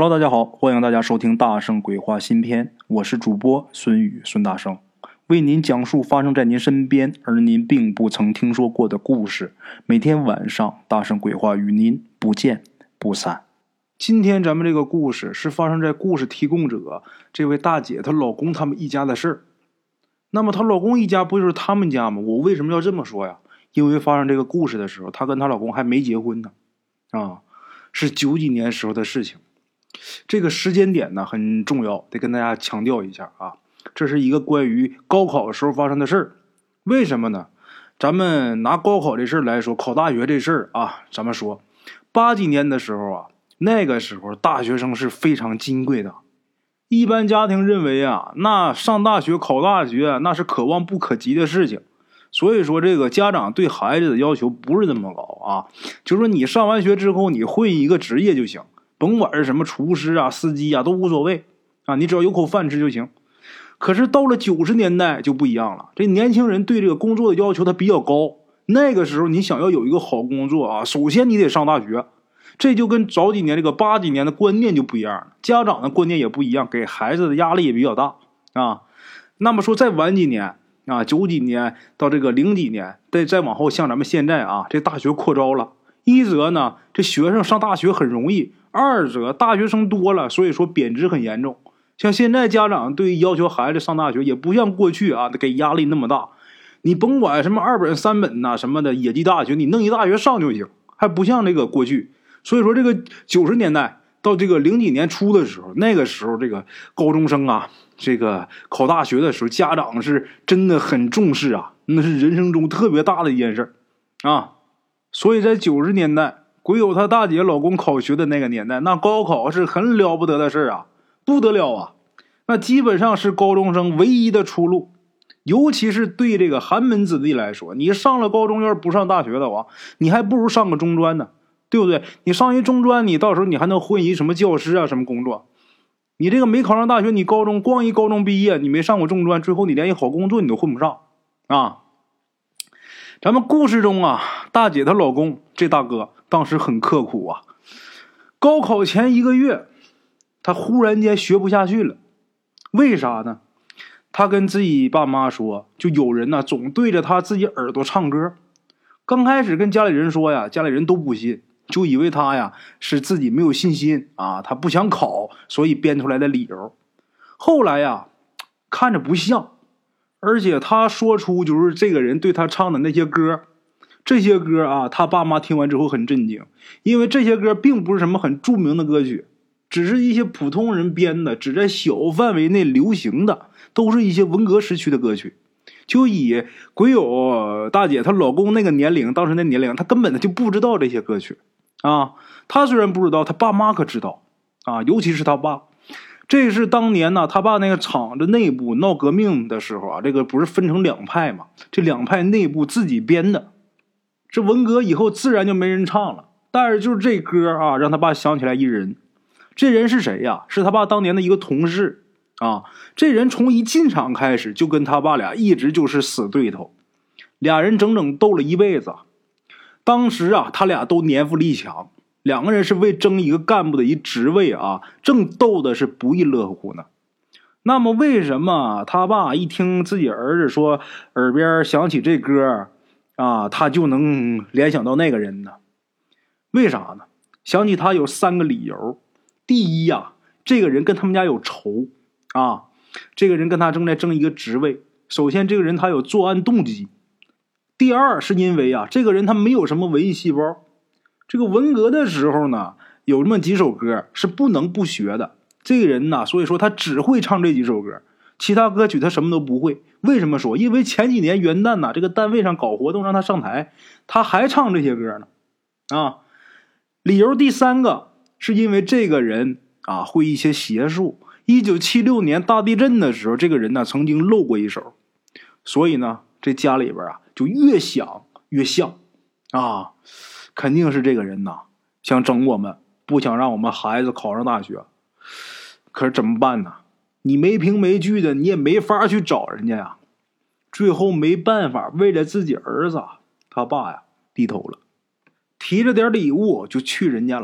Hello， 大家好，欢迎大家收听大圣鬼话新篇，我是主播孙宇，孙大圣，为您讲述发生在您身边而您并不曾听说过的故事。每天晚上，大圣鬼话与您不见不散。今天咱们这个故事是发生在故事提供者这位大姐她老公他们一家的事儿。那么她老公一家不就是他们家吗？我为什么要这么说呀？因为发生这个故事的时候，她跟她老公还没结婚呢，是90几年时候的事情。这个时间点呢很重要，得跟大家强调一下啊，这是一个关于高考时候发生的事儿。为什么呢？咱们拿高考这事儿来说，考大学这事儿啊，咱们说80几年的时候啊，那个时候大学生是非常金贵的。一般家庭认为啊，那上大学考大学那是可望不可及的事情。所以说这个家长对孩子的要求不是那么高啊，就是说你上完学之后你混一个职业就行，甭管是什么厨师啊司机啊都无所谓啊，你只要有口饭吃就行。可是到了90年代就不一样了，这年轻人对这个工作的要求他比较高。那个时候你想要有一个好工作啊，首先你得上大学。这就跟早几年这个80几年的观念就不一样了，家长的观念也不一样，给孩子的压力也比较大啊。那么说再晚几年啊，90几年到这个00几年，再往后像咱们现在啊，这大学扩招了。一则呢，这学生上大学很容易；二则大学生多了，所以说贬值很严重。像现在家长对于要求孩子上大学，也不像过去啊给压力那么大。你甭管什么2本3本呐什么的野鸡大学，你弄一大学上就行，还不像这个过去。所以说这个90年代到这个00几年初的时候，那个时候这个高中生啊，这个考大学的时候，家长是真的很重视啊，那是人生中特别大的一件事啊。所以在90年代，鬼友他大姐老公考学的那个年代，那高考是很了不得的事啊，不得了啊，那基本上是高中生唯一的出路。尤其是对这个寒门子弟来说，你上了高中要是不上大学的话，你还不如上个中专呢，对不对？你上一中专，你到时候你还能混一什么教师啊什么工作。你这个没考上大学，你光一高中毕业，你没上过中专，最后你连一好工作你都混不上啊。咱们故事中啊，大姐她老公这大哥当时很刻苦啊，高考前1个月他忽然间学不下去了。为啥呢？他跟自己爸妈说，就有人呢总对着他自己耳朵唱歌。刚开始跟家里人说呀，家里人都不信，就以为他呀是自己没有信心啊，他不想考，所以编出来的理由。后来呀，看着不像，而且他说出就是这个人对他唱的那些歌，这些歌啊，他爸妈听完之后很震惊，因为这些歌并不是什么很著名的歌曲，只是一些普通人编的，只在小范围内流行的，都是一些文革时期的歌曲。就以鬼友大姐她老公那个年龄，当时那年龄，他根本就不知道这些歌曲啊。他虽然不知道，他爸妈可知道啊，尤其是他爸。这是当年呢，他爸那个厂子内部闹革命的时候啊，这个不是分成2派嘛？这2派内部自己编的。这文革以后自然就没人唱了，但是就是这歌啊，让他爸想起来一人。这人是谁呀？是他爸当年的一个同事啊。这人从一进厂开始就跟他爸俩一直就是死对头，俩人整整斗了一辈子。当时啊，他俩都年富力强，2个人是为争一个干部的一职位啊，正斗的是不亦乐乎呢。那么为什么他爸一听自己儿子说耳边响起这歌啊，他就能联想到那个人呢？为啥呢？想起他有3个理由。第一呀，这个人跟他们家有仇啊，这个人跟他正在争一个职位。首先这个人他有作案动机。第二是因为啊，这个人他没有什么文艺细胞。这个文革的时候呢，有这么几首歌是不能不学的。这个人呢，所以说他只会唱这几首歌，其他歌曲他什么都不会。为什么说？因为前几年元旦呢，这个单位上搞活动让他上台，他还唱这些歌呢啊。理由第3个是因为这个人啊会一些邪术。1976年大地震的时候，这个人呢曾经露过一手，所以呢这家里边啊就越想越像啊，肯定是这个人呐想整我们，不想让我们孩子考上大学。可是怎么办呢？你没凭没据的，你也没法去找人家呀。最后没办法，为了自己儿子，他爸呀低头了，提着点礼物就去人家了。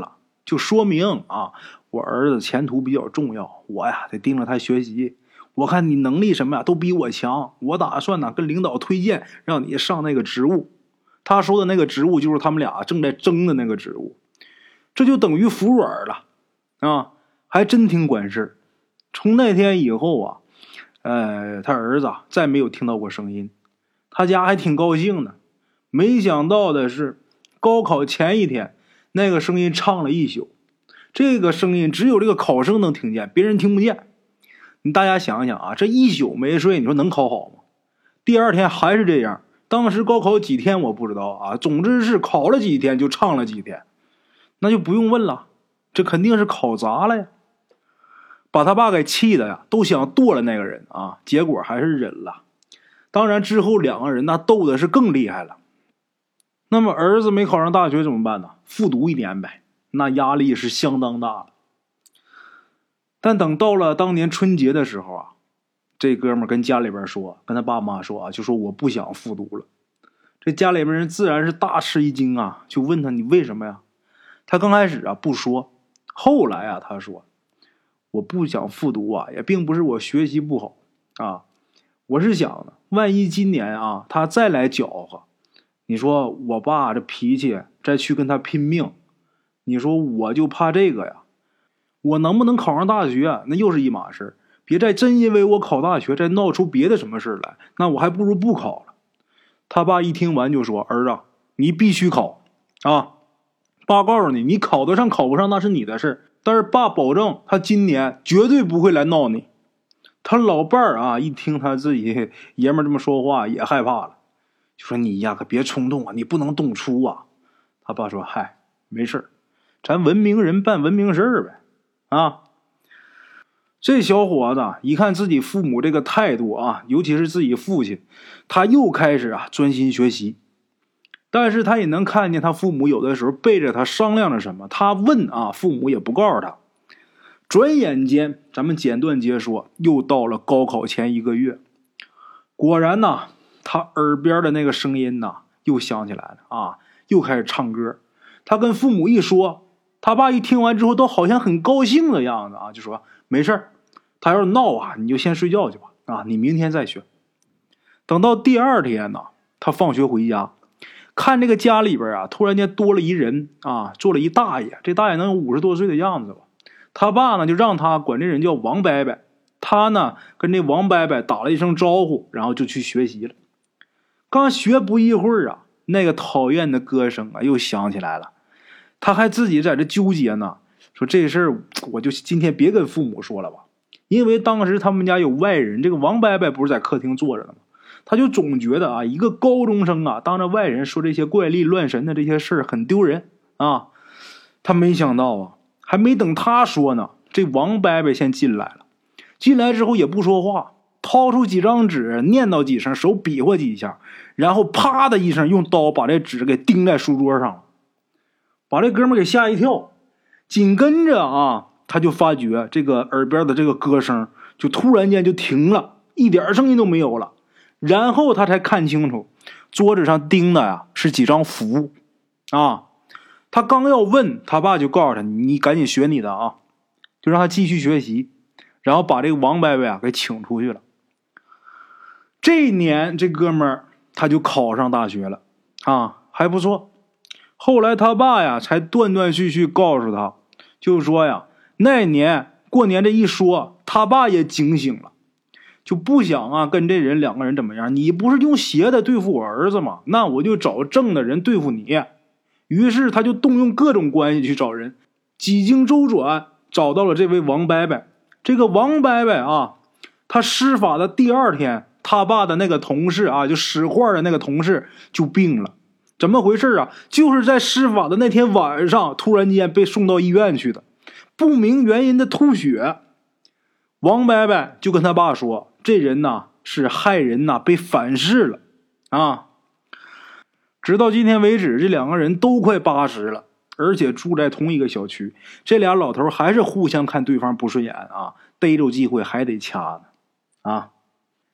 就说明啊，我儿子前途比较重要，我呀得盯着他学习。我看你能力什么呀都比我强，我打算呢跟领导推荐让你上那个职务。他说的那个职务就是他们俩正在争的那个职务，这就等于服软了啊，还真挺管事。从那天以后啊，他儿子再没有听到过声音，他家还挺高兴的。没想到的是，高考前一天，那个声音唱了一宿。这个声音只有这个考生能听见，别人听不见。你大家想想啊，这一宿没睡，你说能考好吗？第二天还是这样。当时高考几天我不知道啊，总之是考了几天就唱了几天。那就不用问了，这肯定是考砸了呀。把他爸给气的呀，都想剁了那个人啊，结果还是忍了。当然之后两个人那斗的是更厉害了。那么儿子没考上大学怎么办呢？复读一年呗，那压力是相当大的。但等到了当年春节的时候啊，这哥们儿跟家里边说，跟他爸妈说啊，就说我不想复读了。这家里边人自然是大吃一惊啊，就问他你为什么呀？他刚开始啊不说，后来啊他说我不想复读啊，也并不是我学习不好啊，我是想呢，万一今年啊他再来搅和，你说我爸这脾气再去跟他拼命，你说我就怕这个呀。我能不能考上大学那又是一码事，别再真因为我考大学再闹出别的什么事来，那我还不如不考了。他爸一听完就说，儿子你必须考啊，爸告诉你，你考得上考不上那是你的事，但是爸保证他今年绝对不会来闹你。他老伴儿啊一听他自己爷们这么说话也害怕了，就说你呀可别冲动啊，你不能动粗啊。他爸说嗨，没事，咱文明人办文明事儿呗啊。这小伙子一看自己父母这个态度啊，尤其是自己父亲，他又开始啊专心学习。但是他也能看见他父母有的时候背着他商量着什么，他问啊，父母也不告诉他。转眼间，咱们简短截说，又到了高考前1个月。果然呢，他耳边的那个声音呢又响起来了啊，又开始唱歌。他跟父母一说，他爸一听完之后都好像很高兴的样子啊，就说没事儿，他要是闹啊，你就先睡觉去吧啊，你明天再学。等到第二天呢，他放学回家，看这个家里边啊，突然间多了一人啊，坐了一大爷，这大爷能有50多岁的样子吧。他爸呢就让他管这人叫王伯伯，他呢跟这王伯伯打了一声招呼，然后就去学习了。刚学不一会儿啊，那个讨厌的歌声啊又响起来了。他还自己在这纠结呢，说这事儿我就今天别跟父母说了吧，因为当时他们家有外人，这个王伯伯不是在客厅坐着呢吗？他就总觉得啊，一个高中生啊，当着外人说这些怪力乱神的这些事儿很丢人啊。他没想到啊，还没等他说呢，这王伯伯先进来了。进来之后也不说话，掏出几张纸，念叨几声，手比划几下，然后啪的一声用刀把这纸给钉在书桌上了，把这哥们给吓一跳。紧跟着啊，他就发觉这个耳边的这个歌声就突然间就停了，一点声音都没有了。然后他才看清楚，桌子上钉的呀是几张符啊。他刚要问，他爸就告诉他，你赶紧学你的啊，就让他继续学习，然后把这个王伯伯啊给请出去了。这一年这哥们儿他就考上大学了啊，还不错。后来他爸呀才断断续续告诉他，就说呀，那年过年这一说，他爸也警醒了，就不想啊跟这人两个人怎么样，你不是用邪的对付我儿子吗？那我就找正的人对付你。于是他就动用各种关系去找人，几经周转找到了这位王伯伯。这个王伯伯啊，他施法的第二天，他爸的那个同事啊，就使坏的那个同事就病了。怎么回事啊？就是在施法的那天晚上，突然间被送到医院去的，不明原因的吐血。王伯伯就跟他爸说，这人呐是害人呐，被反噬了啊。直到今天为止，这两个人都快80了，而且住在同一个小区，这俩老头还是互相看对方不顺眼啊，逮着机会还得掐呢啊。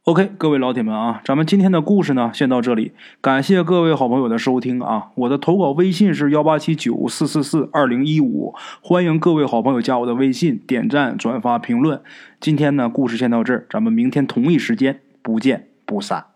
OK， 各位老铁们啊，咱们今天的故事呢，先到这里。感谢各位好朋友的收听啊！我的投稿微信是18794442015，欢迎各位好朋友加我的微信，点赞、转发、评论。今天呢，故事先到这儿，咱们明天同一时间不见不散。